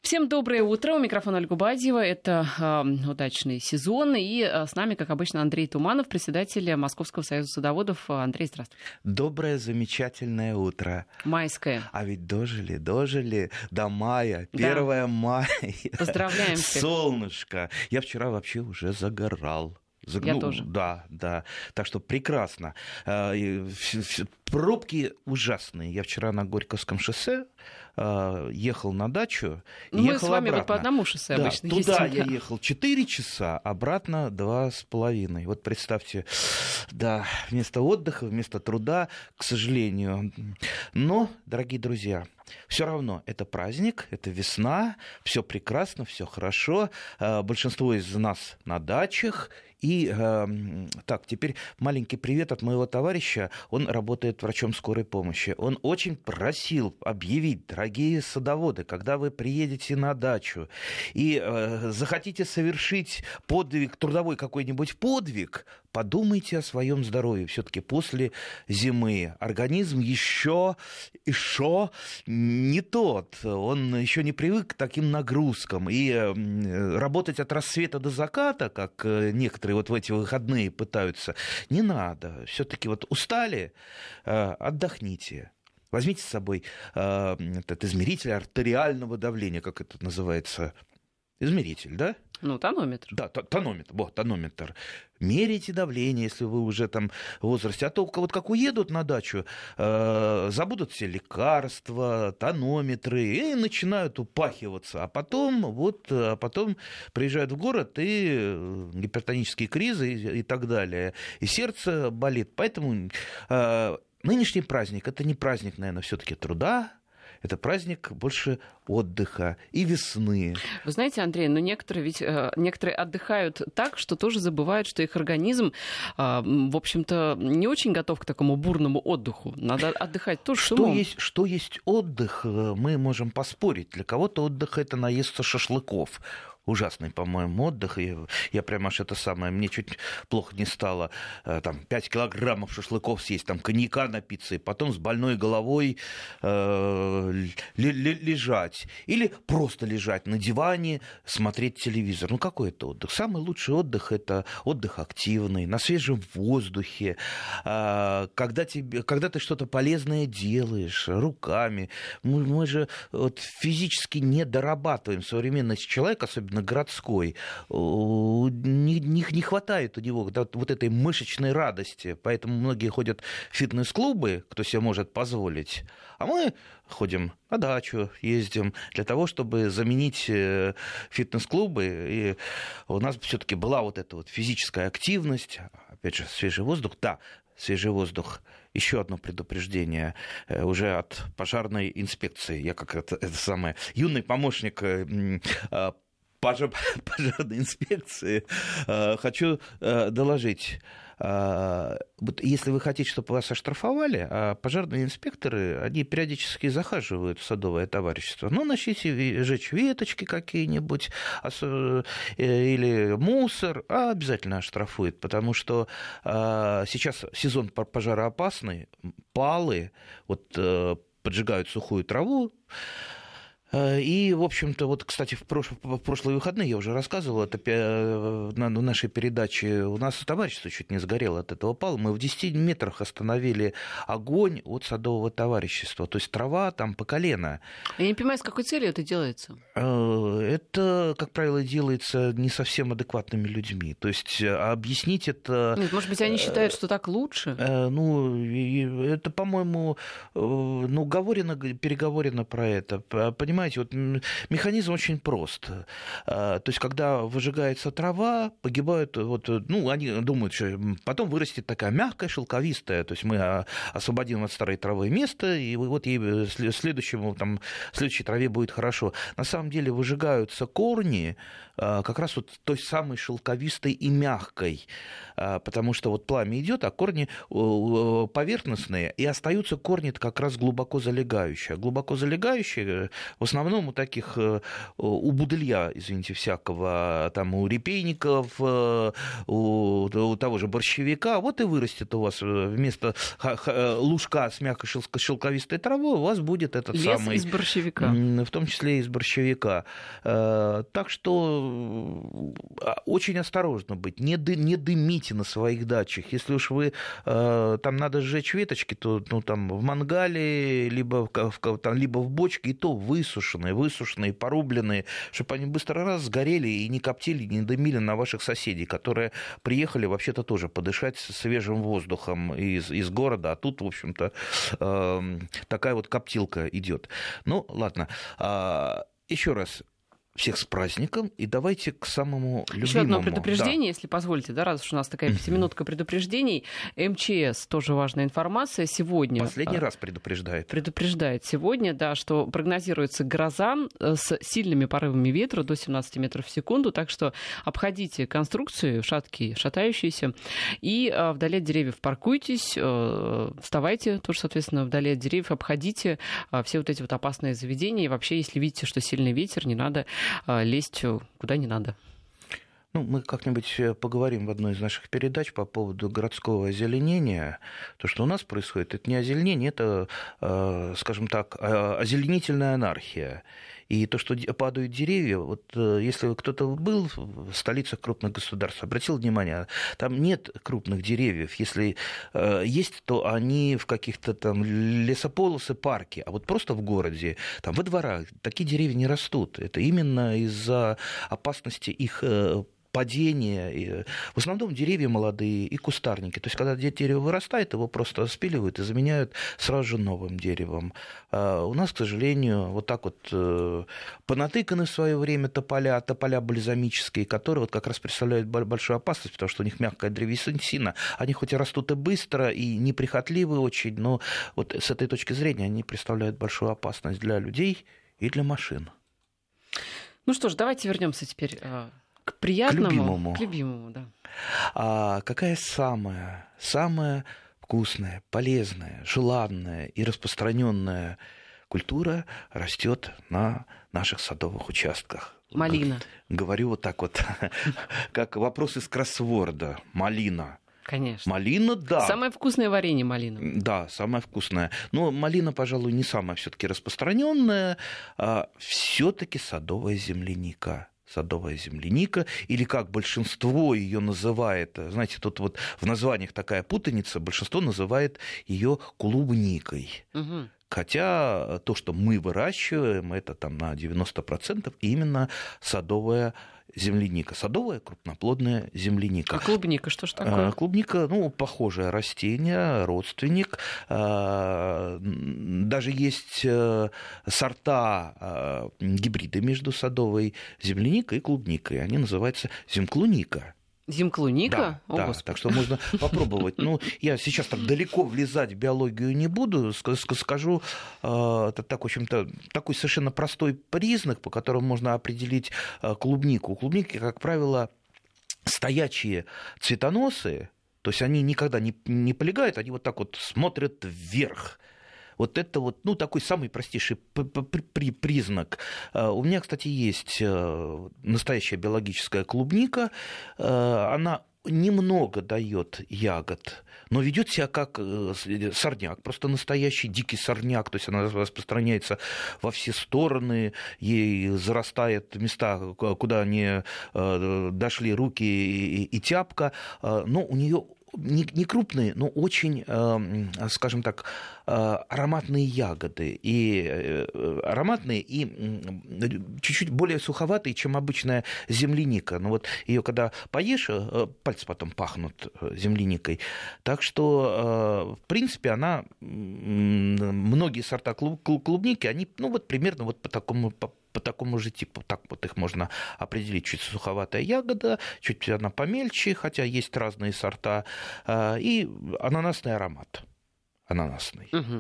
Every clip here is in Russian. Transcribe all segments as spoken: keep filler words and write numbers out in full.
Всем доброе утро. У микрофона Ольга Бадьева. Это э, удачный сезон. И э, с нами, как обычно, Андрей Туманов, председатель Московского союза садоводов. Андрей, здравствуйте. Доброе, замечательное утро. Майское. А ведь дожили, дожили до мая. первое мая. Поздравляем всех. Солнышко. Я вчера вообще уже загорал. Я ну, тоже. Да, да. Так что прекрасно. Пробки ужасные. Я вчера на Горьковском шоссе ехал на дачу. Ну, мы ехал с вами обратно. вот по одному шоссе да, обычно туда ездим. я ехал четыре часа, обратно два с половиной. Вот представьте, да, вместо отдыха, вместо труда, к сожалению. Но, дорогие друзья, все равно это праздник, это весна, все прекрасно, все хорошо. Большинство из нас на дачах. И э, так, теперь маленький привет от моего товарища. Он работает врачом скорой помощи. Он очень просил объявить, дорогие садоводы, когда вы приедете на дачу и э, захотите совершить подвиг, трудовой какой-нибудь подвиг, подумайте о своем здоровье. Все-таки после зимы организм еще, еще не тот. Он еще не привык к таким нагрузкам. И э, работать от рассвета до заката, как некоторые вот в эти выходные пытаются, не надо. Все-таки вот устали, отдохните. Возьмите с собой этот измеритель артериального давления, как это называется, измеритель, да? Ну, тонометр. Да, тонометр, вот, тонометр. Мерите давление, если вы уже там в возрасте. А то вот как уедут на дачу, э, забудут все лекарства, тонометры, и начинают упахиваться. А потом, вот, а потом приезжают в город, и гипертонические кризы и, и так далее. И сердце болит. Поэтому э, нынешний праздник, это не праздник, наверное, все-таки труда. Это праздник больше отдыха и весны. Вы знаете, Андрей, но некоторые ведь э, некоторые отдыхают так, что тоже забывают, что их организм, э, в общем-то, не очень готов к такому бурному отдыху. Надо отдыхать тоже с умом. Что есть, что есть отдых, мы можем поспорить. Для кого-то отдых — это наесться шашлыков. Ужасный, по-моему, отдых. И я прямо аж это самое, мне чуть плохо не стало. Там пять килограммов шашлыков съесть, там коньяка напиться, и потом с больной головой э, лежать. Или просто лежать на диване, смотреть телевизор. Ну, какой это отдых? Самый лучший отдых — это отдых активный, на свежем воздухе, э, когда, тебе, когда ты что-то полезное делаешь руками. Мы, мы же вот, физически не дорабатываем. Современный человек, особенно городской, не, не, не хватает у него да, вот этой мышечной радости, поэтому многие ходят в фитнес-клубы, кто себе может позволить, а мы ходим на дачу, ездим для того, чтобы заменить фитнес-клубы, и у нас все-таки была вот эта вот физическая активность, опять же, свежий воздух, да, свежий воздух. Еще одно предупреждение уже от пожарной инспекции. Я как это, это самое юный помощник Пожар, пожарной инспекции, э, хочу э, доложить, э, если вы хотите, чтобы вас оштрафовали, а пожарные инспекторы, они периодически захаживают в садовое товарищество, ну, начните жечь веточки какие-нибудь э, или мусор, а обязательно оштрафуют, потому что э, сейчас сезон пожароопасный, палы, вот э, поджигают сухую траву. И, в общем-то, вот, кстати, в, прош... в прошлые выходные я уже рассказывал это на нашей передаче. У нас товарищество чуть не сгорело от этого пала. Мы в десяти метрах остановили огонь от садового товарищества. То есть трава там по колено. Я не понимаю, с какой целью это делается? Это, как правило, делается не совсем адекватными людьми. То есть объяснить это... Нет, может быть, они считают, что так лучше? Ну, это, по-моему, ну, говорено, переговорено про это. Понимаете? Понимаете, вот механизм очень прост. То есть, когда выжигается трава, погибают, вот, ну, они думают, что потом вырастет такая мягкая, шелковистая, то есть мы освободим от старой травы место, и вот ей следующему, там, следующей траве будет хорошо. На самом деле выжигаются корни как раз вот той самой шелковистой и мягкой, потому что вот пламя идет, а корни поверхностные, и остаются корни как раз глубоко залегающие. Глубоко залегающие в основном у таких, у будылья, извините, всякого, там у репейников, у, у того же борщевика, вот и вырастет у вас вместо лужка с мягкой шелковистой травой, у вас будет этот лес самый... из борщевика. В том числе из борщевика. Так что очень осторожно быть, не, ды, не дымите на своих дачах. Если уж вы, там надо сжечь веточки, то ну, там, в мангале, либо в, там, либо в бочке, и то высушенные, высушенные, порубленные, чтобы они быстро раз сгорели и не коптили, не дымили на ваших соседей, которые приехали вообще-то тоже подышать свежим воздухом из, из города, а тут, в общем-то, такая вот коптилка идет. Ну, ладно. Еще раз. Всех с праздником, и давайте к самому любимому. Еще одно предупреждение, да. если позволите, да, раз уж у нас такая пятиминутка предупреждений. МЧС, тоже важная информация, сегодня... Последний раз предупреждает. Предупреждает сегодня, да, что прогнозируется гроза с сильными порывами ветра до семнадцати метров в секунду, так что обходите конструкцию, шаткие, шатающиеся, и вдали от деревьев паркуйтесь, вставайте тоже, соответственно, вдали от деревьев, обходите все вот эти вот опасные заведения, и вообще, если видите, что сильный ветер, не надо лезть куда не надо. Ну, мы как-нибудь поговорим в одной из наших передач по поводу городского озеленения. То, что у нас происходит, это не озеленение, это, скажем так, озеленительная анархия. И то, что падают деревья, вот если кто-то был в столицах крупных государств, обратил внимание, там нет крупных деревьев. Если есть, то они в каких-то там лесополосы, парки. А вот просто в городе, там во дворах такие деревья не растут. Это именно из-за опасности их падения. В основном деревья молодые и кустарники. То есть, когда дерево вырастает, его просто спиливают и заменяют сразу же новым деревом. А у нас, к сожалению, вот так вот понатыканы в свое время тополя, тополя бальзамические, которые вот как раз представляют большую опасность, потому что у них мягкая древесина. Они хоть и растут и быстро, и неприхотливы очень, но вот с этой точки зрения они представляют большую опасность для людей и для машин. Ну что ж, давайте вернемся теперь к приятному, к любимому. К любимому, да. А какая самая, самая вкусная, полезная, желанная и распространенная культура растет на наших садовых участках? Малина. Говорю вот так вот, как вопрос из кроссворда. Малина. Конечно. Малина, да. Самое вкусное варенье малина. Да, самое вкусное. Но малина, пожалуй, не самая все-таки распространенная, а все-таки садовая земляника. Садовая земляника, или как большинство ее называет, знаете, тут вот в названиях такая путаница, большинство называет ее клубникой. Угу. Хотя то, что мы выращиваем, это там на девяносто процентов именно садовая земляника. Садовая крупноплодная земляника. А клубника, что ж такое? Клубника, ну, похожее растение, родственник. Даже есть сорта гибриды между садовой земляникой и клубникой. Они называются земклуника. Земклуника? Да, О, да, Господи. так что можно попробовать. Ну, я сейчас так далеко влезать в биологию не буду, скажу, это так, в общем-то, такой совершенно простой признак, по которому можно определить клубнику. У клубники, как правило, стоячие цветоносы, то есть они никогда не, не полегают, они вот так вот смотрят вверх. Вот это вот, ну, такой самый простейший признак. У меня, кстати, есть настоящая биологическая клубника. Она немного дает ягод, но ведет себя как сорняк, просто настоящий дикий сорняк, то есть она распространяется во все стороны, ей зарастает места, куда не дошли руки и тяпка, но у нее не крупные, но очень, скажем так, ароматные ягоды. И ароматные, и чуть-чуть более суховатые, чем обычная земляника. Но вот ее когда поешь, пальцы потом пахнут земляникой. Так что, в принципе, она, многие сорта клубники, они, ну, вот примерно вот по такому, по по такому же типу, так вот их можно определить. Чуть суховатая ягода, чуть она помельче, хотя есть разные сорта, и ананасный аромат. Ананасный. Угу.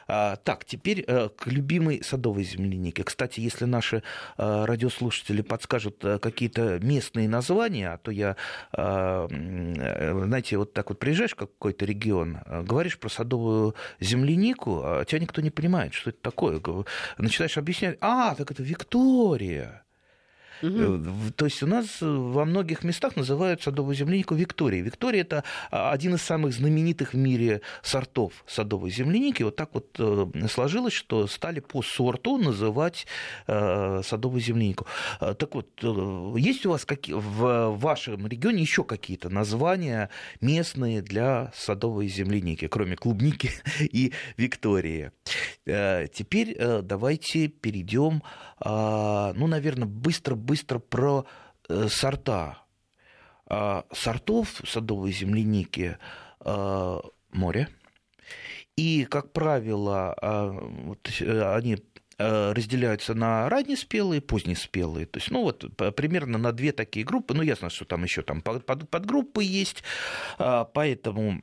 А, так, теперь а, к любимой садовой землянике. Кстати, если наши а, радиослушатели подскажут а, какие-то местные названия, а то я, а, знаете, вот так вот приезжаешь в какой-то регион, а, говоришь про садовую землянику, а тебя никто не понимает, что это такое. Начинаешь объяснять, а, так это Виктория. Угу. То есть у нас во многих местах называют садовую землянику Виктория. Виктория – это один из самых знаменитых в мире сортов садовой земляники. Вот так вот сложилось, что стали по сорту называть садовую землянику. Так вот, есть у вас какие, в вашем регионе еще какие-то названия местные для садовой земляники, кроме клубники и Виктории? Теперь давайте перейдем, ну, наверное, быстро-быстро быстро про э, сорта. А, сортов садовой земляники э, море. И, как правило, э, вот, они э, разделяются на раннеспелые, позднеспелые. То есть, ну, вот, примерно на две такие группы. Ну, ясно, что там еще там под, под, подгруппы есть. Э, поэтому...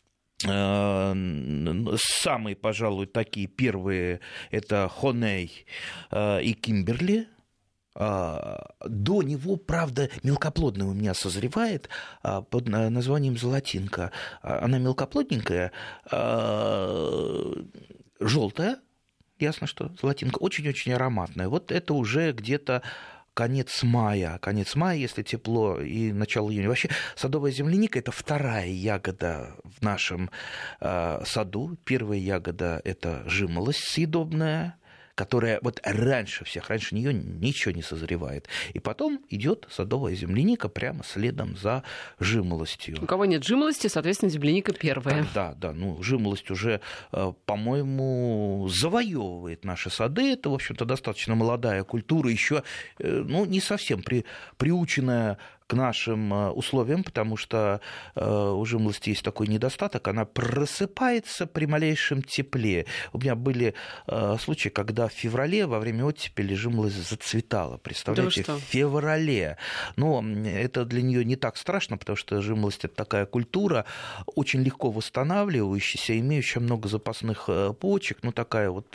Самые, пожалуй, такие первые – это Хоней и Кимберли. До него, правда, мелкоплодная у меня созревает под названием золотинка. Она мелкоплодненькая, желтая, ясно, что золотинка, очень-очень ароматная. Вот это уже где-то конец мая, конец мая, если тепло, и начало июня. Вообще садовая земляника – это вторая ягода в нашем э, саду. Первая ягода – это жимолость съедобная, которая вот раньше всех, раньше нее ничего не созревает. И потом идет садовая земляника прямо следом за жимолостью. У кого нет жимолости, соответственно, земляника первая. Да, да, ну жимолость уже, по-моему, завоевывает наши сады. Это, в общем-то, достаточно молодая культура, еще, ну, не совсем при, приученная к нашим условиям, потому что у жимолости есть такой недостаток, она просыпается при малейшем тепле. У меня были случаи, когда в феврале во время оттепели жимолость зацветала. Представляете, да в феврале. Но это для нее не так страшно, потому что жимолость – это такая культура, очень легко восстанавливающаяся, имеющая много запасных почек, ну такая вот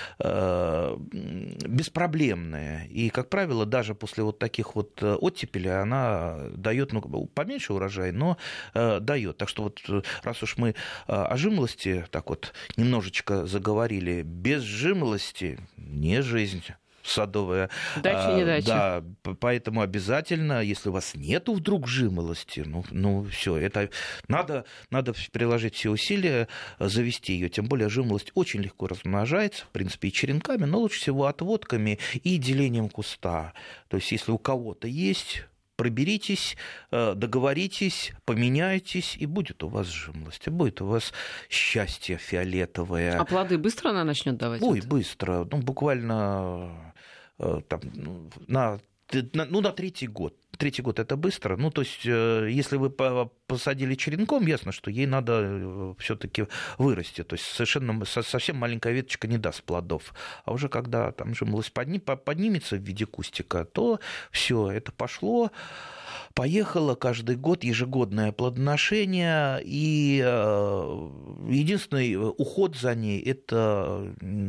беспроблемная. И, как правило, даже после вот таких вот оттепелей она дает, ну, поменьше урожай, но э, дает. Так что вот раз уж мы о жимолости так вот немножечко заговорили, без жимолости не жизнь садовая. Дача не дача. Да, поэтому обязательно, если у вас нету вдруг жимолости, ну, ну все, это надо, надо приложить все усилия, завести ее. Тем более жимолость очень легко размножается, в принципе, и черенками, но лучше всего отводками и делением куста. То есть, если у кого-то есть, проберитесь, договоритесь, поменяйтесь, и будет у вас жимолость, и будет у вас счастье фиолетовое. А плоды быстро она начнет давать? Ой, это? быстро. Ну, буквально там, на, ну, на третий год. Третий год – это быстро. Ну, то есть, если вы посадили черенком, ясно, что ей надо все-таки вырасти. То есть, совершенно совсем маленькая веточка не даст плодов. А уже когда там жимолость поднимется в виде кустика, то все, это пошло. Поехала каждый год, ежегодное плодоношение, и единственный уход за ней – это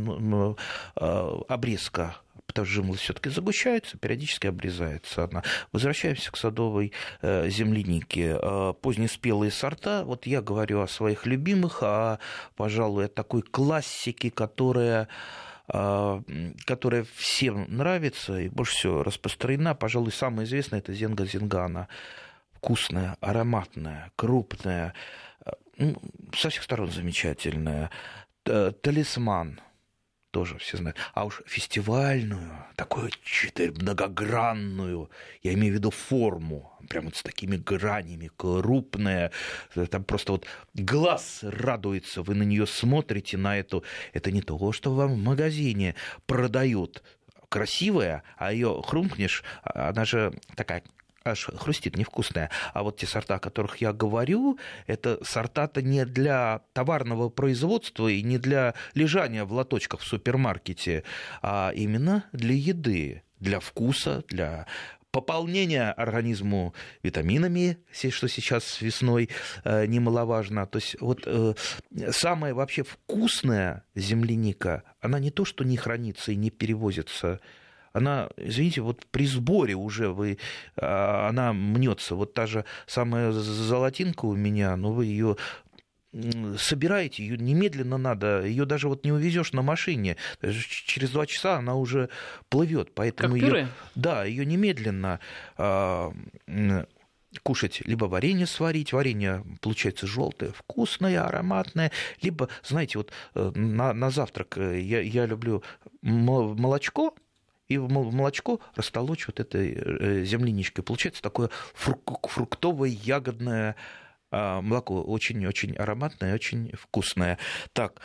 обрезка. Потому что жимолость все-таки загущается, периодически обрезается она. Возвращаемся к садовой э, землянике. Э, позднеспелые сорта. Вот я говорю о своих любимых, а, пожалуй, о такой классике, которая, э, которая всем нравится и больше всего распространена. Пожалуй, самая известная – это зенга зенгана. Вкусная, ароматная, крупная, э, со всех сторон замечательная. Талисман. Тоже все знают. А уж фестивальную, такую многогранную, я имею в виду форму, прям вот с такими гранями, крупная, там просто вот глаз радуется, вы на нее смотрите, на эту, это не то, что вам в магазине продают. Красивая, а ее хрумкнешь, она же такая аж хрустит, невкусная. А вот те сорта, о которых я говорю, это сорта-то не для товарного производства и не для лежания в лоточках в супермаркете, а именно для еды, для вкуса, для пополнение организму витаминами, что сейчас весной немаловажно. То есть вот самая вообще вкусная земляника, она не то, что не хранится и не перевозится, она, извините, вот при сборе уже вы, она мнется. Вот та же самая золотинка у меня, но вы ее собираете, ее немедленно надо, ее даже вот не увезешь на машине, через два часа она уже плывет, поэтому как пюре? Ее, да, ее немедленно а, кушать, либо варенье сварить, варенье получается желтое, вкусное, ароматное, либо, знаете, вот на, на завтрак я, я люблю молочко, и в молочко растолочь вот этой земляничкой. Получается такое фруктовое, ягодное молоко. Очень-очень ароматное, очень вкусное. Так,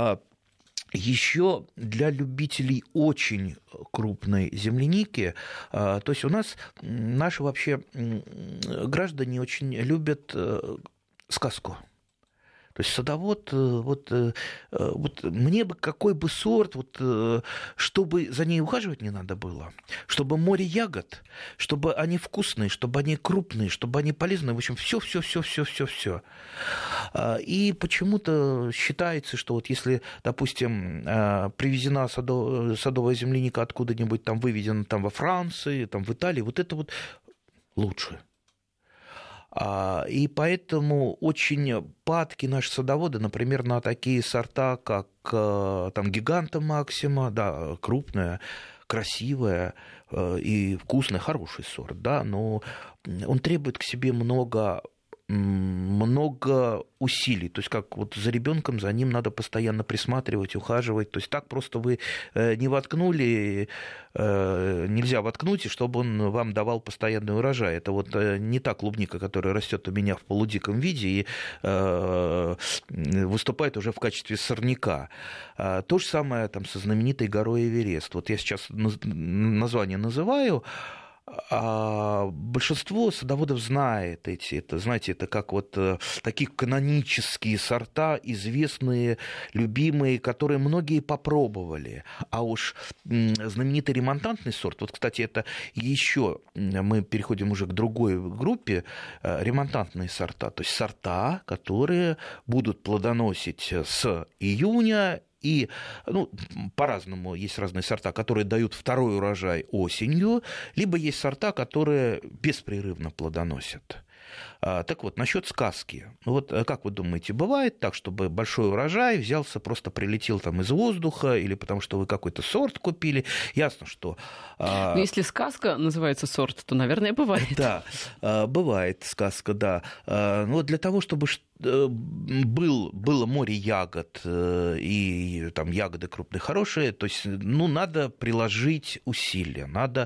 еще для любителей очень крупной земляники, то есть у нас наши вообще граждане очень любят сказку. То есть садовод, вот, вот мне бы какой бы сорт, вот, чтобы за ней ухаживать не надо было, чтобы море ягод, чтобы они вкусные, чтобы они крупные, чтобы они полезные, в общем, все, все, все, все, все, все. И почему-то считается, что вот если, допустим, привезена садов, садовая земляника откуда-нибудь там выведена там во Франции, там в Италии, вот это вот лучше. И поэтому очень падки наши садоводы, например, на такие сорта, как там Гиганта Максима, да, крупная, красивая и вкусная, хороший сорт, да, но он требует к себе много, много усилий. То есть как вот за ребенком, за ним надо постоянно присматривать, ухаживать. То есть так просто вы не воткнули, нельзя воткнуть, чтобы он вам давал постоянный урожай. Это вот не та клубника, которая растет у меня в полудиком виде и выступает уже в качестве сорняка. То же самое там со знаменитой горой Эверест. Вот я сейчас название называю, а большинство садоводов знает эти, это, знаете, это как вот такие канонические сорта, известные, любимые, которые многие попробовали. А уж знаменитый ремонтантный сорт, вот, кстати, это еще, мы переходим уже к другой группе, ремонтантные сорта, то есть сорта, которые будут плодоносить с июня. И, ну, по-разному, есть разные сорта, которые дают второй урожай осенью, либо есть сорта, которые беспрерывно плодоносят. Так вот, насчет сказки. Вот как вы думаете, бывает так, чтобы большой урожай взялся, просто прилетел там из воздуха, или потому что вы какой-то сорт купили? Ясно, что... Но если сказка называется сорт, то, наверное, бывает. Да, бывает сказка, да. Но для того, чтобы был, было море ягод, и там ягоды крупные, хорошие, то есть, ну, надо приложить усилия, надо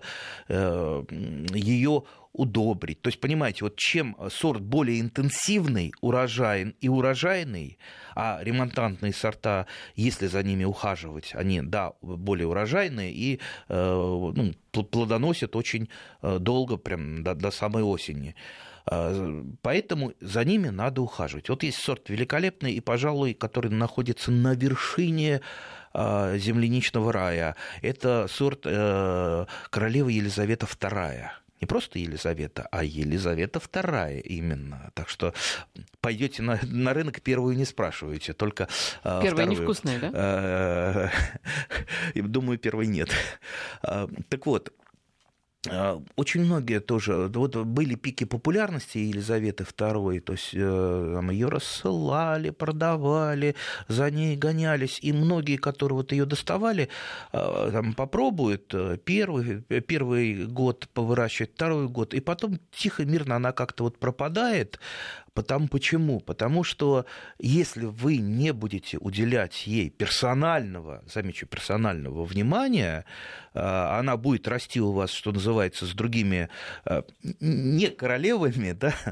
ее удобрить. То есть, понимаете, вот чем сорт более интенсивный, урожай и урожайный, а ремонтантные сорта, если за ними ухаживать, они, да, более урожайные и ну, плодоносят очень долго, прям до, до самой осени. Поэтому за ними надо ухаживать. Вот есть сорт великолепный и, пожалуй, который находится на вершине земляничного рая. Это сорт королевы Елизавета вторая. Не просто Елизавета, а Елизавета вторая именно. Так что пойдете на, на рынок, первую не спрашиваете, только первая вторую. Невкусная, да? Думаю, первой нет. Так вот, очень многие тоже, вот были пики популярности Елизаветы второй, то есть там, ее рассылали, продавали, за ней гонялись, и многие, которые вот ее доставали, там, попробуют первый, первый год повыращивать, второй год, и потом тихо, мирно она как-то вот пропадает. Потому, почему? Потому что если вы не будете уделять ей персонального, замечу, персонального внимания, она будет расти у вас, что называется, с другими не королевами, да,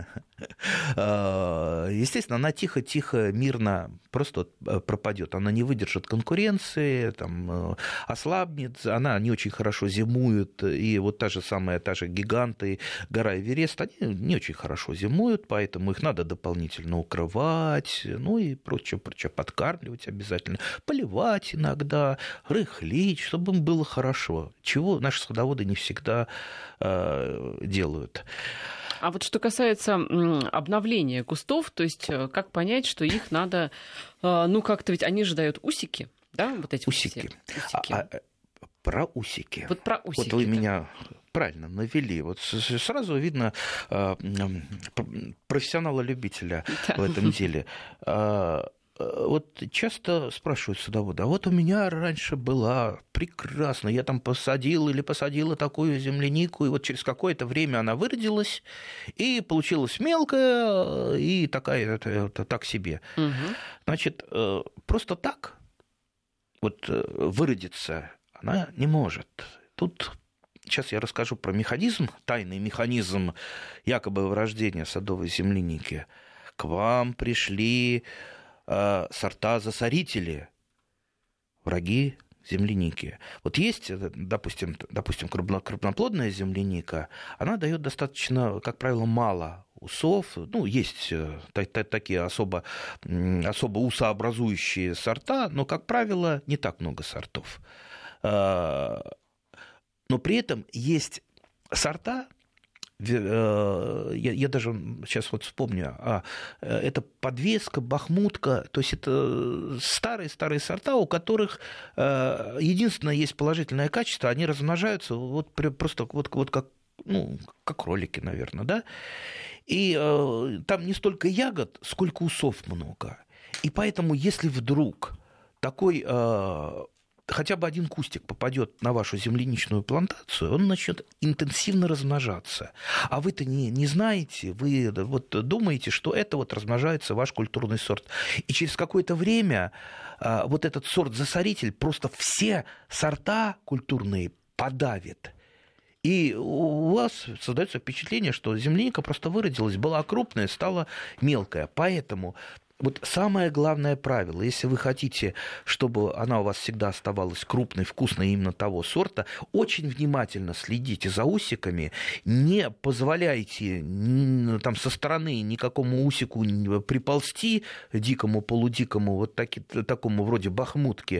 естественно, она тихо-тихо, мирно просто пропадет. Она не выдержит конкуренции, там, ослабнет, она не очень хорошо зимует, и вот та же самая, та же гиганты, гора Эверест, они не очень хорошо зимуют, поэтому их надо дополнительно укрывать, ну и прочее, прочее, подкармливать обязательно, поливать иногда, рыхлить, чтобы им было хорошо, чего наши садоводы не всегда э, делают. А вот что касается обновления кустов, то есть как понять, что их надо, ну как-то ведь они же дают усики, да, вот эти усики. усики. А, а, про усики. Вот про усики. Вот вы меня правильно навели. Вот сразу видно профессионала-любителя в этом деле. Вот часто спрашивают садовода, а вот у меня раньше была прекрасно, я там посадил или посадила такую землянику, и вот через какое-то время она выродилась, и получилась мелкая, и такая, это, это так себе. Угу. Значит, просто так вот выродиться она не может. Тут сейчас я расскажу про механизм, тайный механизм якобы вырождения садовой земляники. К вам пришли сорта-засорители, враги земляники. Вот есть, допустим, допустим, крупноплодная земляника, она дает достаточно, как правило, мало усов. Ну, есть такие особо, особо усообразующие сорта, но, как правило, не так много сортов. Но при этом есть сорта, Я, я даже сейчас вот вспомню, а, это подвеска, бахмутка, то есть это старые-старые сорта, у которых единственное есть положительное качество, они размножаются вот просто вот, вот как, ну, как кролики, наверное, да, и там не столько ягод, сколько усов много, и поэтому если вдруг такой... хотя бы один кустик попадет на вашу земляничную плантацию, он начнет интенсивно размножаться. А вы-то не, не знаете, вы вот думаете, что это вот размножается ваш культурный сорт. И через какое-то время а, вот этот сорт-засоритель просто все сорта культурные подавит. И у вас создается впечатление, что земляника просто выродилась, была крупная, стала мелкая. Поэтому... Вот самое главное правило, если вы хотите, чтобы она у вас всегда оставалась крупной, вкусной именно того сорта, очень внимательно следите за усиками, не позволяйте там, со стороны никакому усику приползти, дикому, полудикому, вот таки, такому вроде бахмутки.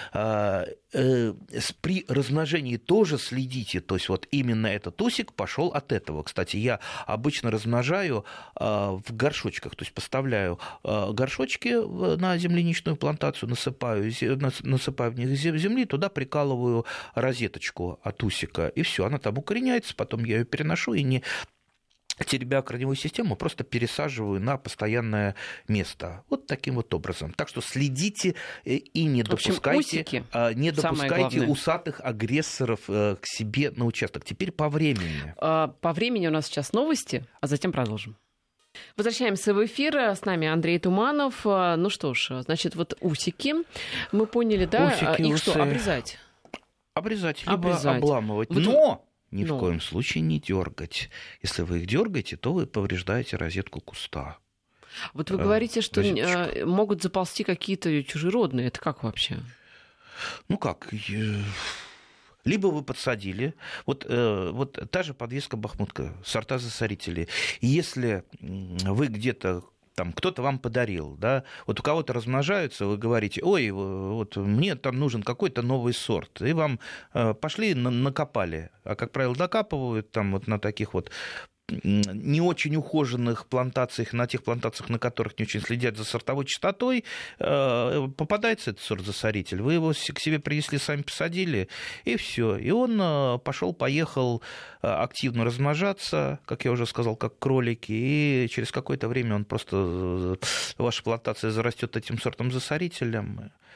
При размножении тоже следите, то есть вот именно этот усик пошел от этого. Кстати, я обычно размножаю в горшочках, то есть поставляю горшочки на земляничную плантацию, насыпаю, насыпаю в них земли, туда прикалываю розеточку от усика, и все, она там укореняется, потом я ее переношу и не теребя корневую систему, просто пересаживаю на постоянное место. Вот таким вот образом. Так что следите и не допускайте, общем, не допускайте усатых агрессоров к себе на участок. Теперь по времени. По времени у нас сейчас новости, а затем продолжим. Возвращаемся в эфир. С нами Андрей Туманов. Ну что ж, значит, вот усики. Мы поняли, да? Усики, их усы. Что, обрезать? Обрезать, либо обрезать. обламывать. Вот Но ни Но. в коем случае не дергать. Если вы их дергаете, то вы повреждаете розетку куста. Вот вы говорите, что розеточку. Могут заползти какие-то чужеродные. Это как вообще? Ну как... Либо вы подсадили, вот, э, вот та же подвеска бахмутка, сорта засорителей. Если вы где-то, там, кто-то вам подарил, да, вот у кого-то размножаются, вы говорите, ой, вот мне там нужен какой-то новый сорт, и вам э, пошли, накопали, а, как правило, накапывают там вот на таких вот не очень ухоженных плантациях, на тех плантациях, на которых не очень следят за сортовой частотой, попадается этот сорт-засоритель. Вы его к себе принесли, сами посадили, и все. И он пошел, поехал активно размножаться, как я уже сказал, как кролики, и через какое-то время он просто, ваша плантация зарастет этим сортом-засорителем,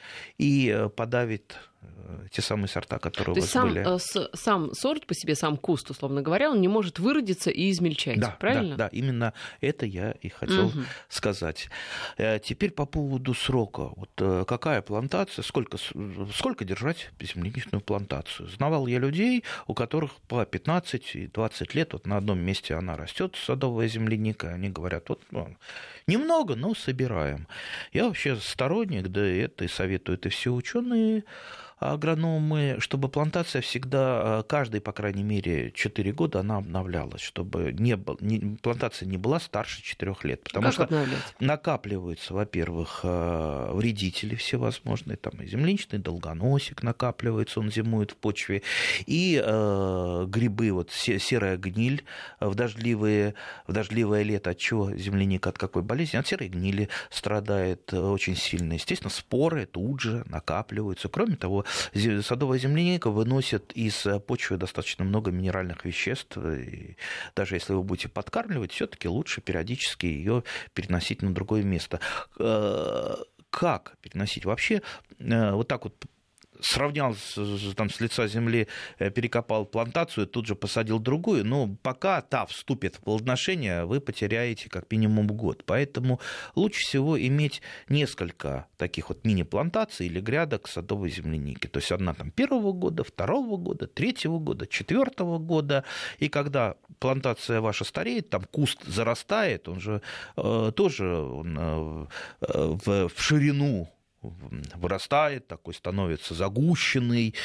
и подавит те самые сорта, которые То у вас есть сам, были. С, сам сорт по себе, сам куст, условно говоря, он не может выродиться и измельчать, да, правильно? Да, да, именно это я и хотел угу. сказать. Теперь по поводу срока. Вот какая плантация, сколько, сколько держать земляничную плантацию? Знавал я людей, у которых по пятнадцать и двадцать лет вот на одном месте она растет, садовая земляника, они говорят, вот ну, немного, но собираем. Я вообще сторонник, да это и советуют и все ученые, агрономы, чтобы плантация всегда, каждые, по крайней мере, четыре года она обновлялась, чтобы не был, не, плантация не была старше четырёх лет. Потому как что обновлять? Накапливаются, во-первых, вредители всевозможные, там и земляничный долгоносик накапливается, он зимует в почве, и э, грибы, вот серая гниль в дождливые, в дождливое лето. От чего земляника, от какой болезни? От серой гнили страдает очень сильно. Естественно, споры тут же накапливаются. Кроме того, садовая земляника выносит из почвы достаточно много минеральных веществ. И даже если вы будете подкармливать, все-таки лучше периодически ее переносить на другое место. Как переносить? Вообще, вот так вот сравнял там, с лица земли, перекопал плантацию, тут же посадил другую, но пока та вступит в плодоношение, вы потеряете как минимум год. Поэтому лучше всего иметь несколько таких вот мини-плантаций или грядок садовой земляники. То есть одна там первого года, второго года, третьего года, четвертого года. И когда плантация ваша стареет, там куст зарастает, он же э, тоже он, э, в, в ширину вырастает, такой становится загущенный.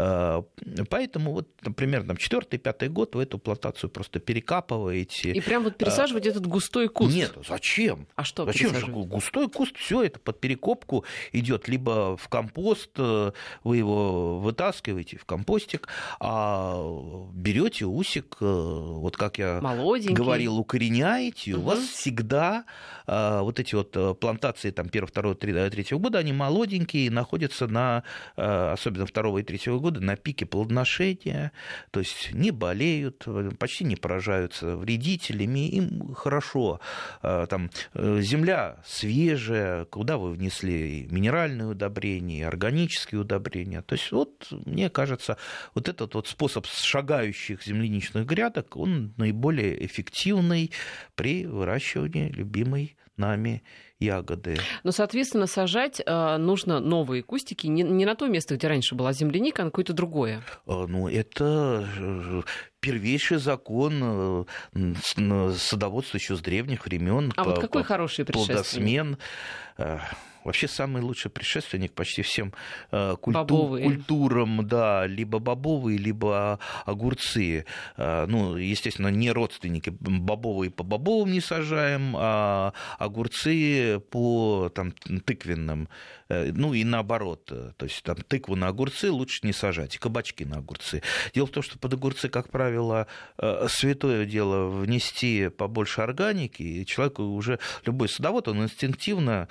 Поэтому вот, например, там четвёртый, пятый год вы эту плантацию просто перекапываете. И прям вот пересаживать а... этот густой куст? Нет, зачем? А что зачем же густой куст? Все это под перекопку идет либо в компост, вы его вытаскиваете в компостик, а берете усик, вот как я говорил, укореняете, угу. У вас всегда вот эти вот плантации там первого, второго, третьего года, они молоденькие, находятся на, особенно второго и третьего года, на пике плодоношения, то есть не болеют, почти не поражаются вредителями, им хорошо. Там земля свежая, куда вы внесли минеральные удобрения, органические удобрения. То есть вот, мне кажется, вот этот вот способ шагающих земляничных грядок, он наиболее эффективный при выращивании любимой нами ягоды. Но, соответственно, сажать э, нужно новые кустики не, не на то место, где раньше была земляника, а на какое-то другое. Ну, это первейший закон садоводства еще с древних времен. А по, вот какой хороший предшественник? Плодосмен. Вообще самый лучший предшественник почти всем культу- культурам, да, либо бобовые, либо огурцы. Ну, естественно, не родственники. Бобовые по бобовым не сажаем, а огурцы по там, тыквенным. Ну и наоборот. То есть там тыкву на огурцы лучше не сажать, и кабачки на огурцы. Дело в том, что под огурцы, как правило, святое дело внести побольше органики, и человек уже, любой садовод, он инстинктивно,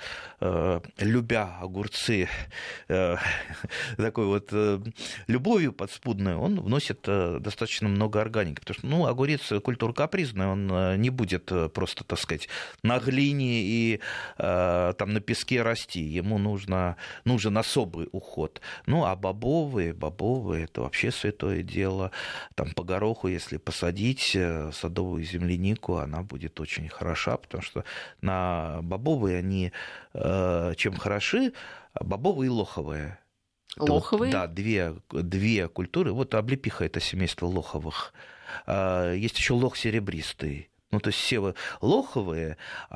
любя огурцы такой вот любовью подспудной, он вносит достаточно много органики, потому что, ну, огурец культура капризная, он не будет просто, так сказать, на глине и там на песке расти, ему нужно нужен особый уход. Ну, а бобовые, бобовые, это вообще святое дело. Там по гороху, если посадить садовую землянику, она будет очень хороша, потому что на бобовые они э, чем хороши? Бобовые и лоховые. Лоховые? Вот, да, две, две культуры. Вот облепиха – это семейство лоховых. Есть еще лох серебристый. Ну, то есть все лоховые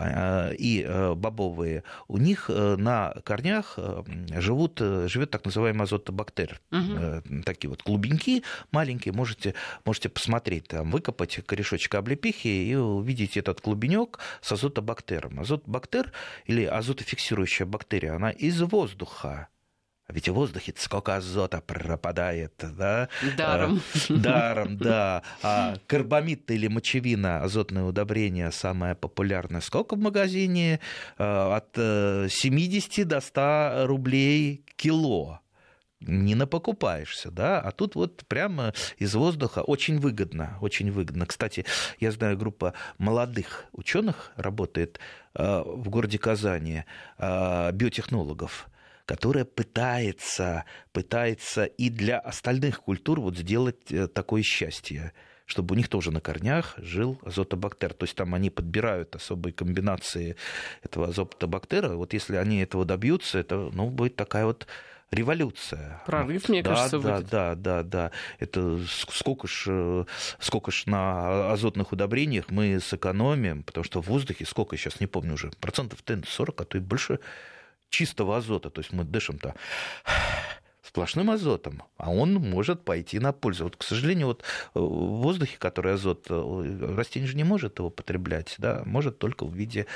и бобовые, у них на корнях живут, живет так называемый азотобактер. Угу. Такие вот клубеньки маленькие, можете, можете посмотреть, там, выкопать корешочек облепихи и увидеть этот клубенек с азотобактером. Азотобактер или азотофиксирующая бактерия, она из воздуха. А ведь в воздухе сколько азота пропадает, да? Даром. Даром, да. А карбамид или мочевина, азотное удобрение, самое популярное. Сколько в магазине? От семидесяти до ста рублей кило. Не напокупаешься, да, а тут вот прямо из воздуха очень выгодно, очень выгодно. Кстати, я знаю, группа молодых ученых работает в городе Казани, биотехнологов, которая пытается, пытается и для остальных культур вот сделать такое счастье, чтобы у них тоже на корнях жил азотобактер. То есть там они подбирают особые комбинации этого азотобактера. Вот если они этого добьются, это, ну, будет такая вот революция. Прорыв, мне да, кажется, да, будет. Да, да, да. Это сколько ж, сколько ж на азотных удобрениях мы сэкономим, потому что в воздухе сколько, сейчас не помню уже, процентов сорок, а то и больше чистого азота. То есть мы дышим-то сплошным азотом, а он может пойти на пользу. Вот, к сожалению, вот в воздухе, который азот, растение же не может его потреблять, да, может только в виде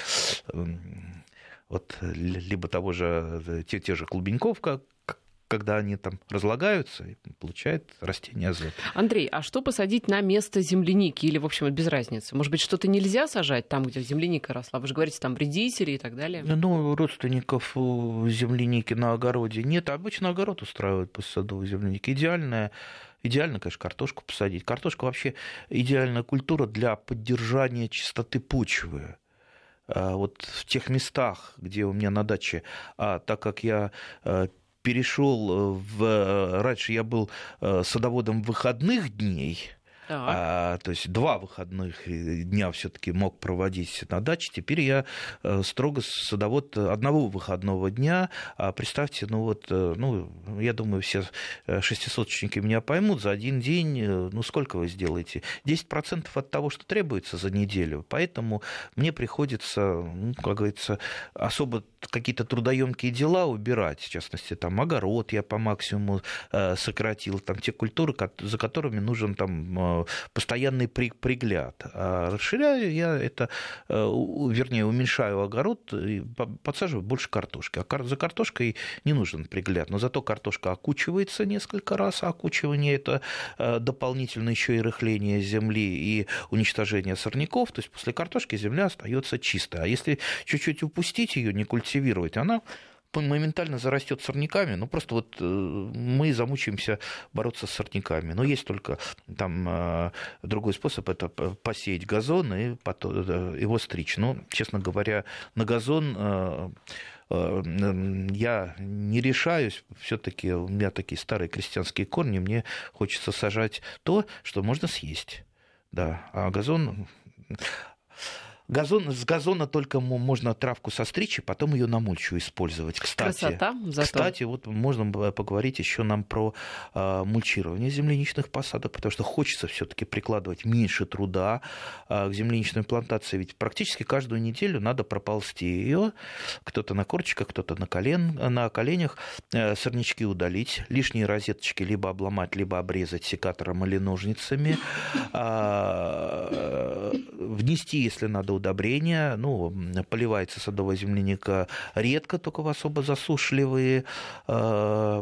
вот, либо того же, те, те же клубеньков, как когда они там разлагаются, и получает растение азот. Андрей, а что посадить на место земляники? Или, в общем, без разницы? Может быть, что-то нельзя сажать там, где земляника росла? Вы же говорите, там вредители и так далее. Ну, родственников земляники на огороде нет. Обычно огород устраивают после садовой земляники. Идеальная Идеально, конечно, картошку посадить. Картошка вообще идеальная культура для поддержания чистоты почвы. Вот в тех местах, где у меня на даче, а так как я перешел в... Раньше я был садоводом выходных дней, а, то есть два выходных дня все-таки мог проводить на даче. Теперь я строго садовод одного выходного дня. А представьте, ну вот, ну, я думаю, все шестисоточники меня поймут, за один день, ну сколько вы сделаете? десять процентов от того, что требуется за неделю. Поэтому мне приходится, ну, как говорится, особо какие-то трудоемкие дела убирать. В частности, там огород я по максимуму сократил, там те культуры, за которыми нужен там постоянный пригляд. А расширяю я это, вернее, уменьшаю огород и подсаживаю больше картошки. А за картошкой не нужен пригляд. Но зато картошка окучивается несколько раз. А окучивание – это дополнительно еще и рыхление земли и уничтожение сорняков. То есть после картошки земля остается чистая. А если чуть-чуть упустить ее, не культивировать, она моментально зарастет сорняками. Ну, просто вот мы замучаемся бороться с сорняками. Но есть только там другой способ – это посеять газон и потом его стричь. Но, честно говоря, на газон я не решаюсь. Все-таки у меня такие старые крестьянские корни. Мне хочется сажать то, что можно съесть. Да, а газон... Газон, с газона только можно травку состричь и потом ее на мульчу использовать. Кстати, красота, зато. Кстати, вот можно поговорить еще нам про э, мульчирование земляничных посадок, потому что хочется все-таки прикладывать меньше труда э, к земляничной плантации. Ведь практически каждую неделю надо проползти ее, кто-то на корточках, кто-то на, колен, на коленях, э, сорнячки удалить, лишние розеточки либо обломать, либо обрезать секатором или ножницами, э, внести, если надо, удобрения. Ну, поливается садовая земляника редко, только в особо засушливые э,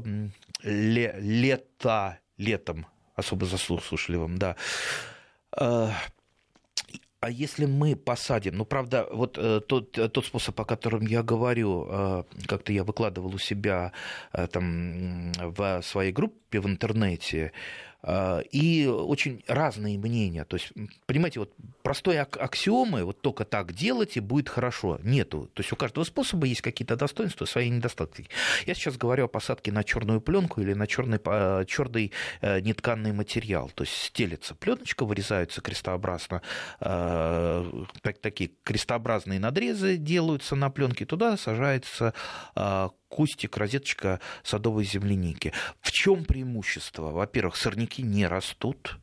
лета, летом, особо засушливым, да. Э, а если мы посадим, ну, правда, вот тот, тот способ, о котором я говорю, как-то я выкладывал у себя там в своей группе в интернете, и очень разные мнения. То есть, понимаете, вот простой аксиомы, вот только так делать и будет хорошо, нету. То есть у каждого способа есть какие-то достоинства, свои недостатки. Я сейчас говорю о посадке на черную пленку или на черный, черный нетканный материал. То есть стелится пленочка, вырезаются крестообразно, такие крестообразные надрезы делаются на пленке, туда сажается кустик, розеточка садовой земляники. В чем преимущество? Во-первых, сорняки не растут.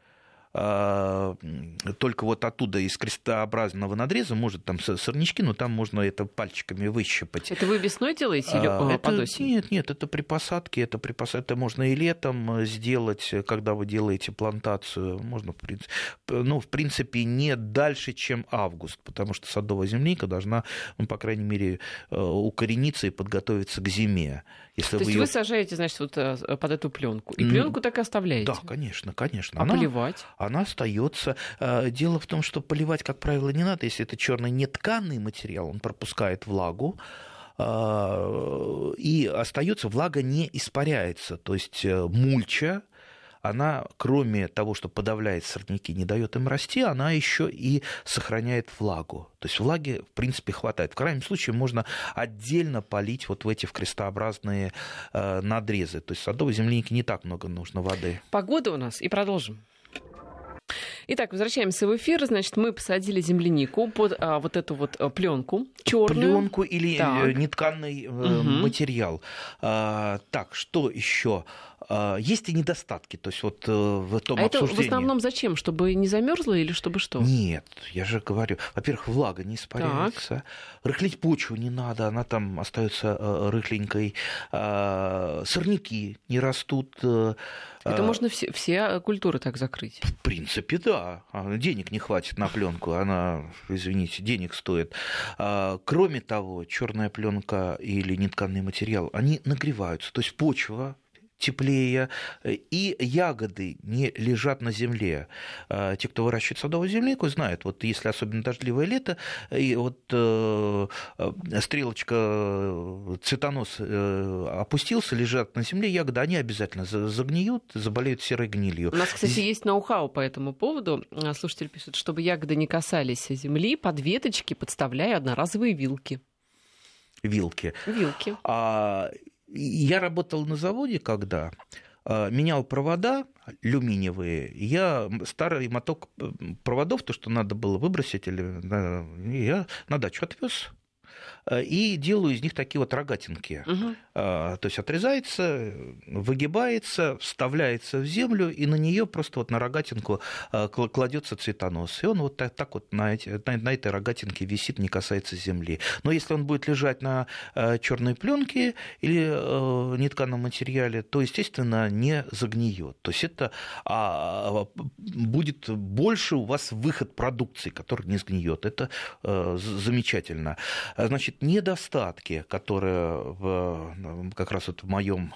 Только вот оттуда из крестообразного надреза может там сорнячки, но там можно это пальчиками выщипать. Это вы весной делаете или это, под осень? Нет, нет, это при посадке, это при посадке. Это можно и летом сделать, когда вы делаете плантацию. Можно, в принципе, ну, в принципе, не дальше, чем август, потому что садовая земляника должна, ну, по крайней мере, укорениться и подготовиться к зиме. Если То вы есть ее... вы сажаете, значит, вот под эту пленку, и пленку так и оставляете? Да, конечно, конечно. А она, поливать? Она остается. Дело в том, что поливать, как правило, не надо. Если это черный нетканный материал, он пропускает влагу, и остается, влага не испаряется. То есть мульча, она, кроме того, что подавляет сорняки, не дает им расти, она еще и сохраняет влагу. То есть влаги, в принципе, хватает. В крайнем случае можно отдельно полить вот в эти в крестообразные э, надрезы. То есть садовой землянике не так много нужно воды. Погода у нас, и продолжим. Итак, возвращаемся в эфир. Значит, мы посадили землянику под а, вот эту вот пленку черную. Пленку или так. нетканый угу. материал. А, так, что еще? А, есть и недостатки. То есть вот в том а обсуждении. Это в основном зачем? Чтобы не замерзло или чтобы что? Нет, я же говорю. Во-первых, влага не испаряется. Так. Рыхлить почву не надо, она там остается рыхленькой. А, сорняки не растут. Это а, можно все, все культуры так закрыть? В принципе, да. Денег не хватит на пленку, она, извините, денег стоит. А, кроме того, черная пленка или нетканый материал, они нагреваются. То есть почва теплее, и ягоды не лежат на земле. Те, кто выращивает садовую землянику, знают, вот если особенно дождливое лето, и вот э, стрелочка цветонос э, опустился, лежат на земле ягоды, они обязательно загниют, заболеют серой гнилью. У нас, кстати, есть ноу-хау по этому поводу. Слушатель пишет, чтобы ягоды не касались земли, под веточки подставляю одноразовые вилки. Вилки. Вилки. А... Я работал на заводе, когда менял провода алюминиевые, я старый моток проводов, то, что надо было выбросить, или я на дачу отвез. И делаю из них такие вот рогатинки. Угу. То есть отрезается, выгибается, вставляется в землю, и на нее просто вот на рогатинку кладется цветонос. И он вот так, так вот на, эти, на, на этой рогатинке висит, не касается земли. Но если он будет лежать на черной пленке или нетканом материале, то, естественно, не загниет. То есть это а, будет больше у вас выход продукции, который не сгниет. Это а, замечательно. Значит, недостатки, которые в, как раз вот в, моем,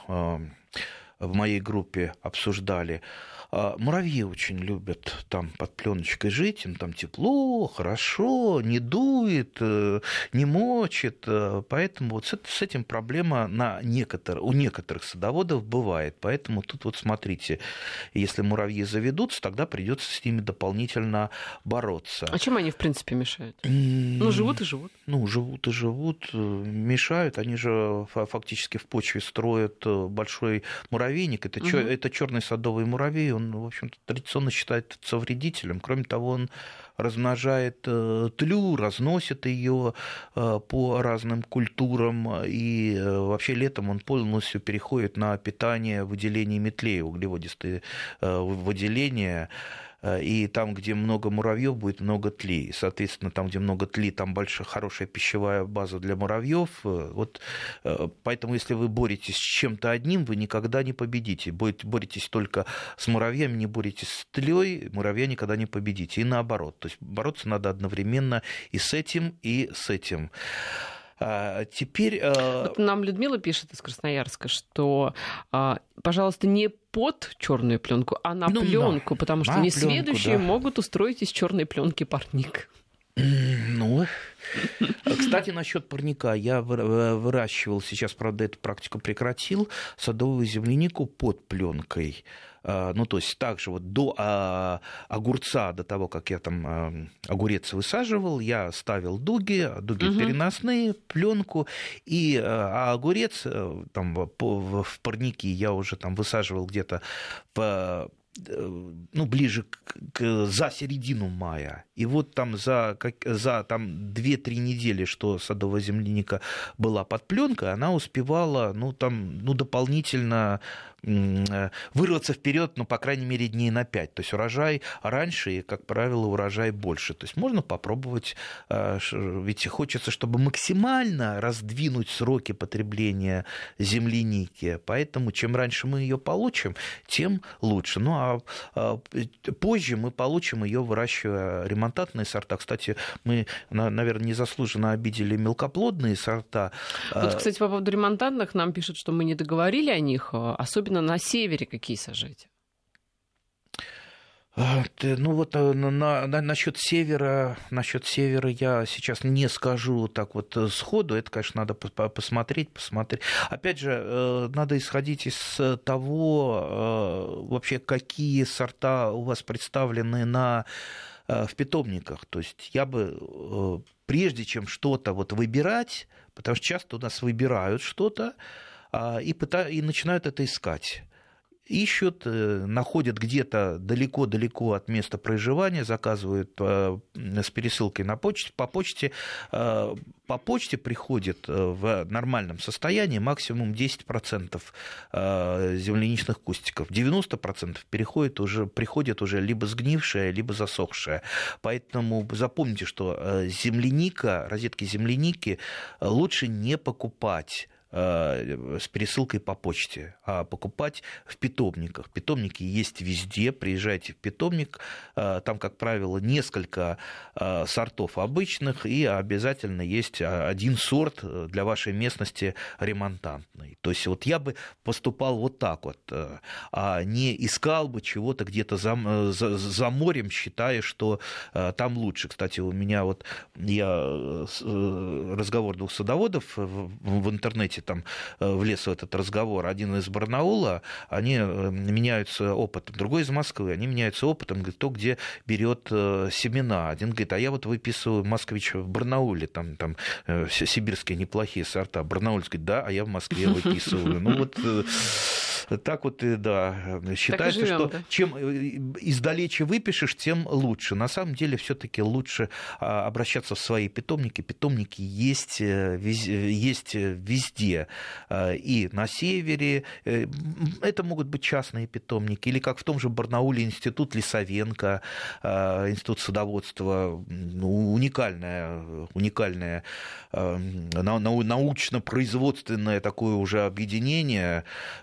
в моей группе обсуждали. Муравьи очень любят там под пленочкой жить, им там тепло, хорошо, не дует, не мочит, поэтому вот с этим проблема на некоторых, у некоторых садоводов бывает, поэтому тут вот смотрите, если муравьи заведутся, тогда придется с ними дополнительно бороться. А чем они в принципе мешают? Ну живут и живут. Ну живут и живут, мешают, они же фактически в почве строят большой муравейник, это, угу. это черный садовый муравей. Он, в общем-то, традиционно считается вредителем. Кроме того, он размножает тлю, разносит ее по разным культурам, и вообще летом он полностью переходит на питание выделениями тлея, углеводистые выделения. И там, где много муравьев, будет много тли. Соответственно, там, где много тли, там большая, хорошая пищевая база для муравьев. Вот, поэтому, если вы боретесь с чем-то одним, вы никогда не победите. Боретесь только с муравьями, не боретесь с тлей, муравья никогда не победите. И наоборот. То есть бороться надо одновременно и с этим, и с этим. А теперь... Вот нам Людмила пишет из Красноярска, что, пожалуйста, не под черную пленку, а на ну, пленку, на, потому что на несведущие да. могут устроить из черной пленки парник. Ну, кстати, насчет парника. Я выращивал, сейчас, правда, эту практику прекратил, садовую землянику под пленкой. Ну, то есть также вот до а, огурца, до того, как я там а, огурец высаживал, я ставил дуги, дуги угу. переносные, пленку, и а огурец там, по, в парнике я уже там высаживал где-то в ну, ближе к, к, за середину мая. И вот там за, как, за там, две-три недели, что садовая земляника была под пленкой, она успевала ну, там, ну, дополнительно вырваться вперед, ну, по крайней мере, дней на пять. То есть урожай раньше и, как правило, урожай больше. То есть можно попробовать, ведь хочется, чтобы максимально раздвинуть сроки потребления земляники. Поэтому чем раньше мы ее получим, тем лучше. Ну, а позже мы получим ее, выращивая ремонтантные сорта. Кстати, мы, наверное, незаслуженно обидели мелкоплодные сорта. Вот, кстати, по поводу ремонтантных нам пишут, что мы не договорили о них, особенно на севере какие сажать? Ну вот на, на, насчет севера, насчет севера я сейчас не скажу так вот сходу. Это, конечно, надо посмотреть, посмотреть. Опять же, надо исходить из того, вообще, какие сорта у вас представлены на, в питомниках. То есть я бы, прежде чем что-то вот выбирать, потому что часто у нас выбирают что-то и, пытаются, и начинают это искать. Ищут, находят где-то далеко-далеко от места проживания, заказывают с пересылкой на почте, по почте. По почте приходит в нормальном состоянии максимум десять процентов земляничных кустиков. девяносто процентов переходит уже, приходит уже либо сгнившая, либо засохшая. Поэтому запомните, что земляника, розетки земляники лучше не покупать с пересылкой по почте, а покупать в питомниках. Питомники есть везде, приезжайте в питомник, там, как правило, несколько сортов обычных, и обязательно есть один сорт для вашей местности ремонтантный. То есть вот я бы поступал вот так вот, а не искал бы чего-то где-то за, за, за морем, считая, что там лучше. Кстати, у меня вот я разговор двух садоводов в, в интернете там влез в этот разговор. Один из Барнаула, они меняются опытом, другой из Москвы, они меняются опытом, говорит, кто где берет семена. Один говорит, а я вот выписываю москвич в Барнауле, там, там сибирские неплохие сорта. Барнаульский говорит, да, а я в Москве выписываю. Ну вот так вот, да, считается, живем, что да? Чем издалече выпишешь, тем лучше. На самом деле, все-таки лучше обращаться в свои питомники. Питомники есть, есть везде. И на севере. Это могут быть частные питомники. Или как в том же Барнауле институт Лисовенко, институт садоводства. Уникальное, уникальное научно-производственное такое уже объединение.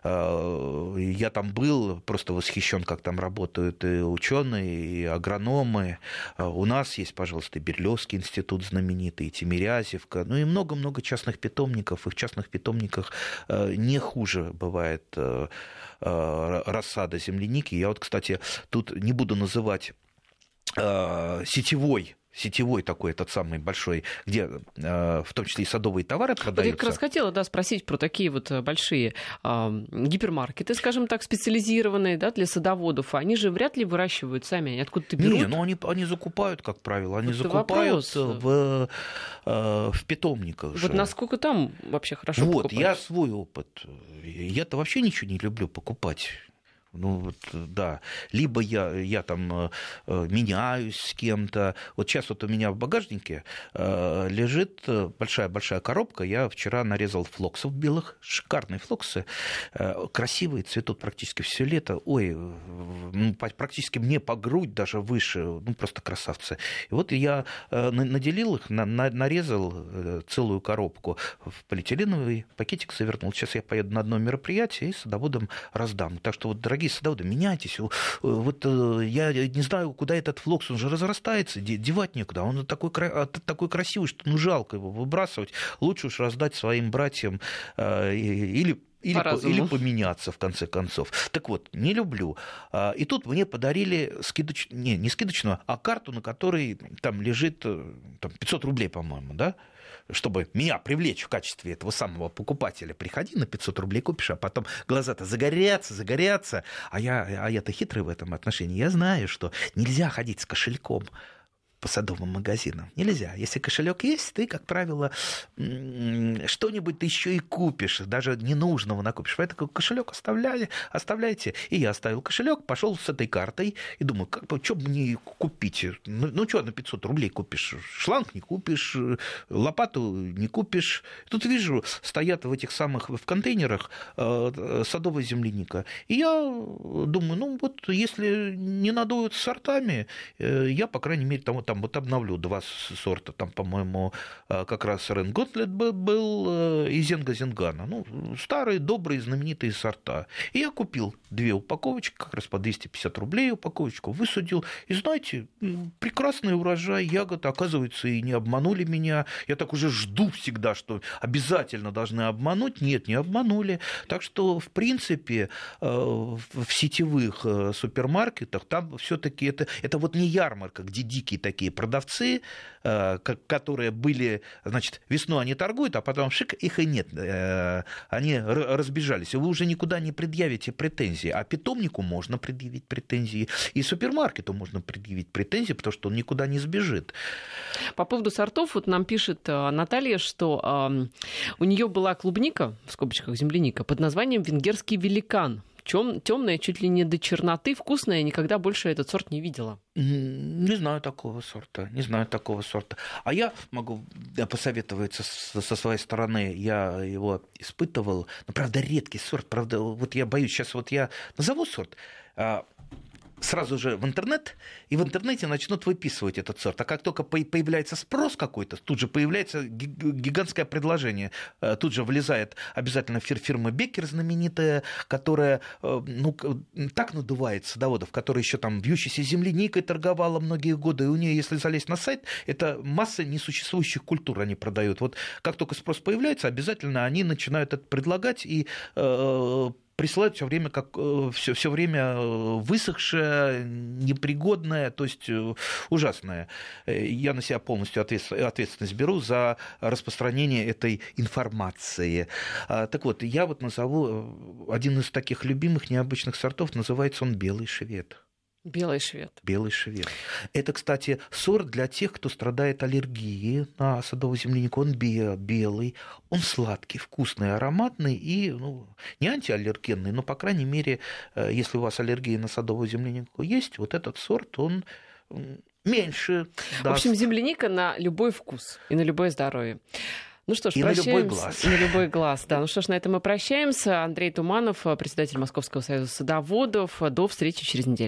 Я там был, просто восхищен, как там работают и ученые, и агрономы. У нас есть, пожалуйста, и Берлёвский институт знаменитый, и Тимирязевка, ну и много-много частных питомников. И в частных питомниках не хуже бывает рассада земляники. Я вот, кстати, тут не буду называть сетевой сетевой такой, этот самый большой, где э, в том числе и садовые товары продаются. Вот я как раз хотела, да, спросить про такие вот большие э, гипермаркеты, скажем так, специализированные, да, для садоводов. Они же вряд ли выращивают сами, они откуда-то берут. Не, ну они, они закупают, как правило, они это закупают в, э, в питомниках. Вот же. Насколько там вообще хорошо Вот, покупать? Я свой опыт. Я-то вообще ничего не люблю покупать. Ну вот, да. Либо я, я там э, меняюсь с кем-то. Вот сейчас вот у меня в багажнике э, лежит большая-большая коробка. Я вчера нарезал флоксов белых, шикарные флоксы, э, красивые, цветут практически все лето. Ой, ну, практически мне по грудь даже выше, ну просто красавцы. И вот я э, наделил их, на, на, нарезал целую коробку в полиэтиленовый пакетик, завернул. Сейчас я поеду на одно мероприятие и садоводам раздам. Так что вот, дорогие садоводы, меняйтесь. Вот я не знаю, куда этот флокс, он же разрастается, девать некуда. Он такой, такой красивый, что ну жалко его выбрасывать. Лучше уж раздать своим братьям или Или, по, или поменяться, в конце концов. Так вот, не люблю. И тут мне подарили скидочную, не, не скидочную, а карту, на которой там лежит там, пятьсот рублей, по-моему, да? Чтобы меня привлечь в качестве этого самого покупателя. Приходи, на пятьсот рублей купишь, а потом глаза-то загорятся, загорятся. А, я, а я-то хитрый в этом отношении. Я знаю, что нельзя ходить с кошельком по садовым магазинам. Нельзя. Если кошелек есть, ты, как правило, что-нибудь ты еще и купишь, даже ненужного накупишь. Поэтому кошелек оставляли, оставляйте. И я оставил кошелек, пошел с этой картой и думаю, как бы, что мне купить? Ну, ну что на пятьсот рублей купишь? Шланг не купишь, лопату не купишь. Тут вижу, стоят в этих самых в контейнерах садовая земляника. И я думаю, ну вот если не надуют сортами, я, по крайней мере, там, там там вот обновлю два сорта, там, по-моему, как раз Рен-Готлет был и Зенга-Зенгана. Ну, старые, добрые, знаменитые сорта. И я купил две упаковочки, как раз по двести пятьдесят рублей упаковочку, высадил. И знаете, прекрасный урожай ягод, оказывается, и не обманули меня. Я так уже жду всегда, что обязательно должны обмануть. Нет, не обманули. Так что, в принципе, в сетевых супермаркетах там все-таки это, это вот не ярмарка, где дикие такие продавцы, которые были, значит, весной они торгуют, а потом шик, их и нет. Они разбежались. Вы уже никуда не предъявите претензии. А питомнику можно предъявить претензии. И супермаркету можно предъявить претензии, потому что он никуда не сбежит. По поводу сортов, вот нам пишет Наталья, что э, у нее была клубника, в скобочках земляника, под названием «Венгерский великан». Темная, чуть ли не до черноты, вкусная, никогда больше этот сорт не видела. Не знаю такого сорта, не знаю такого сорта. А я могу посоветовать со, со своей стороны, я его испытывал, но, правда, редкий сорт, правда, вот я боюсь, сейчас вот я назову сорт, сразу же в интернет, и в интернете начнут выписывать этот сорт. А как только появляется спрос какой-то, тут же появляется гигантское предложение. Тут же влезает обязательно фирма Беккер знаменитая, которая ну, так надувает садоводов, которая еще там вьющейся земляникой торговала многие годы, и у нее, если залезть на сайт, это масса несуществующих культур они продают. Вот как только спрос появляется, обязательно они начинают это предлагать, и присылают все время, как, все, все время высохшее, непригодное, то есть ужасное. Я на себя полностью ответственность беру за распространение этой информации. Так вот, я вот назову один из таких любимых необычных сортов, называется он белый швед. Белый швед. Белый швед. Это, кстати, сорт для тех, кто страдает аллергией на садовую землянику. Он белый, он сладкий, вкусный, ароматный и ну, не антиаллергенный, но, по крайней мере, если у вас аллергия на садовую землянику есть, вот этот сорт, он меньше даст. В общем, земляника на любой вкус и на любое здоровье. Ну что ж, и прощаемся. на любой глаз. И на любой глаз, да. Ну что ж, на этом мы прощаемся. Андрей Туманов, председатель Московского союза садоводов. До встречи через неделю.